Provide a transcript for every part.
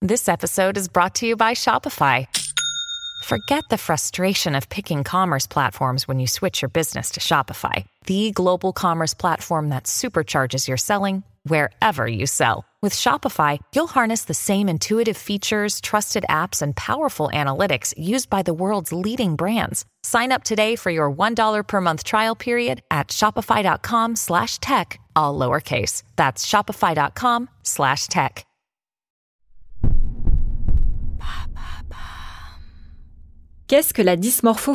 This episode is brought to you by Shopify. Forget the frustration of picking commerce platforms when you switch your business to Shopify, the global commerce platform that supercharges your selling wherever you sell. With Shopify, you'll harness the same intuitive features, trusted apps, and powerful analytics used by the world's leading brands. Sign up today for your $1 per month trial period at shopify.com/tech, all lowercase. That's shopify.com/tech. Qu'est-ce que la dysmorphophobie ?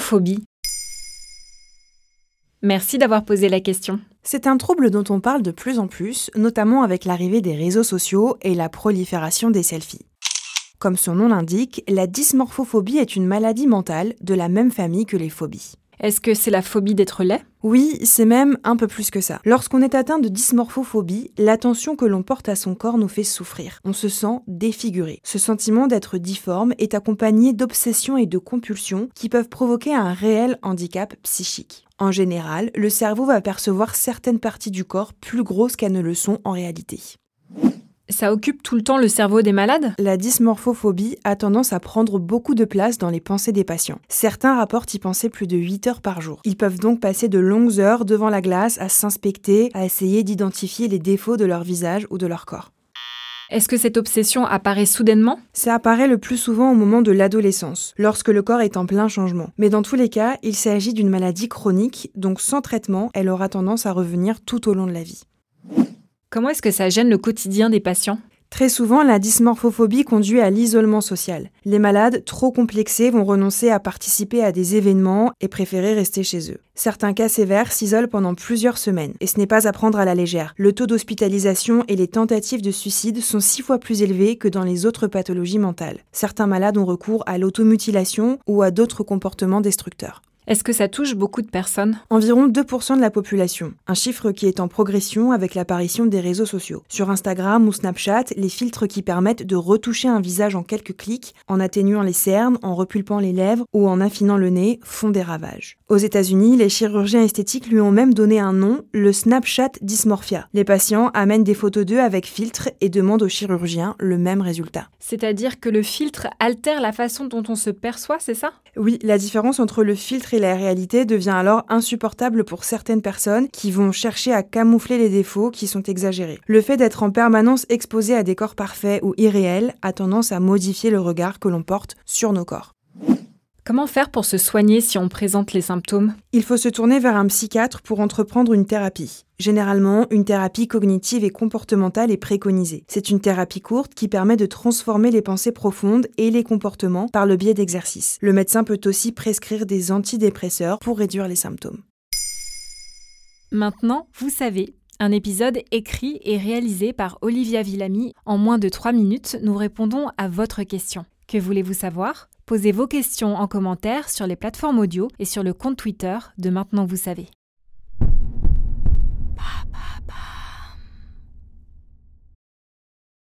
Merci d'avoir posé la question. C'est un trouble dont on parle de plus en plus, notamment avec l'arrivée des réseaux sociaux et la prolifération des selfies. Comme son nom l'indique, la dysmorphophobie est une maladie mentale de la même famille que les phobies. Est-ce que c'est la phobie d'être laid ? Oui, c'est même un peu plus que ça. Lorsqu'on est atteint de dysmorphophobie, l'attention que l'on porte à son corps nous fait souffrir. On se sent défiguré. Ce sentiment d'être difforme est accompagné d'obsessions et de compulsions qui peuvent provoquer un réel handicap psychique. En général, le cerveau va percevoir certaines parties du corps plus grosses qu'elles ne le sont en réalité. Ça occupe tout le temps le cerveau des malades ? La dysmorphophobie a tendance à prendre beaucoup de place dans les pensées des patients. Certains rapportent y penser plus de 8 heures par jour. Ils peuvent donc passer de longues heures devant la glace à s'inspecter, à essayer d'identifier les défauts de leur visage ou de leur corps. Est-ce que cette obsession apparaît soudainement ? Ça apparaît le plus souvent au moment de l'adolescence, lorsque le corps est en plein changement. Mais dans tous les cas, il s'agit d'une maladie chronique, donc sans traitement, elle aura tendance à revenir tout au long de la vie. Comment est-ce que ça gêne le quotidien des patients ? Très souvent, la dysmorphophobie conduit à l'isolement social. Les malades, trop complexés, vont renoncer à participer à des événements et préférer rester chez eux. Certains cas sévères s'isolent pendant plusieurs semaines, et ce n'est pas à prendre à la légère. Le taux d'hospitalisation et les tentatives de suicide sont 6 fois plus élevés que dans les autres pathologies mentales. Certains malades ont recours à l'automutilation ou à d'autres comportements destructeurs. Est-ce que ça touche beaucoup de personnes ? Environ 2% de la population, un chiffre qui est en progression avec l'apparition des réseaux sociaux. Sur Instagram ou Snapchat, les filtres qui permettent de retoucher un visage en quelques clics, en atténuant les cernes, en repulpant les lèvres ou en affinant le nez, font des ravages. Aux États-Unis, les chirurgiens esthétiques lui ont même donné un nom, le Snapchat Dysmorphia. Les patients amènent des photos d'eux avec filtre et demandent au chirurgien le même résultat. C'est-à-dire que le filtre altère la façon dont on se perçoit, c'est ça ? Oui, la différence entre le filtre et la réalité devient alors insupportable pour certaines personnes qui vont chercher à camoufler les défauts qui sont exagérés. Le fait d'être en permanence exposé à des corps parfaits ou irréels a tendance à modifier le regard que l'on porte sur nos corps. Comment faire pour se soigner si on présente les symptômes ? Il faut se tourner vers un psychiatre pour entreprendre une thérapie. Généralement, une thérapie cognitive et comportementale est préconisée. C'est une thérapie courte qui permet de transformer les pensées profondes et les comportements par le biais d'exercices. Le médecin peut aussi prescrire des antidépresseurs pour réduire les symptômes. Maintenant, vous savez. Un épisode écrit et réalisé par Olivia Villamy. En moins de 3 minutes, nous répondons à votre question. Que voulez-vous savoir ? Posez vos questions en commentaire sur les plateformes audio et sur le compte Twitter de Maintenant Vous Savez.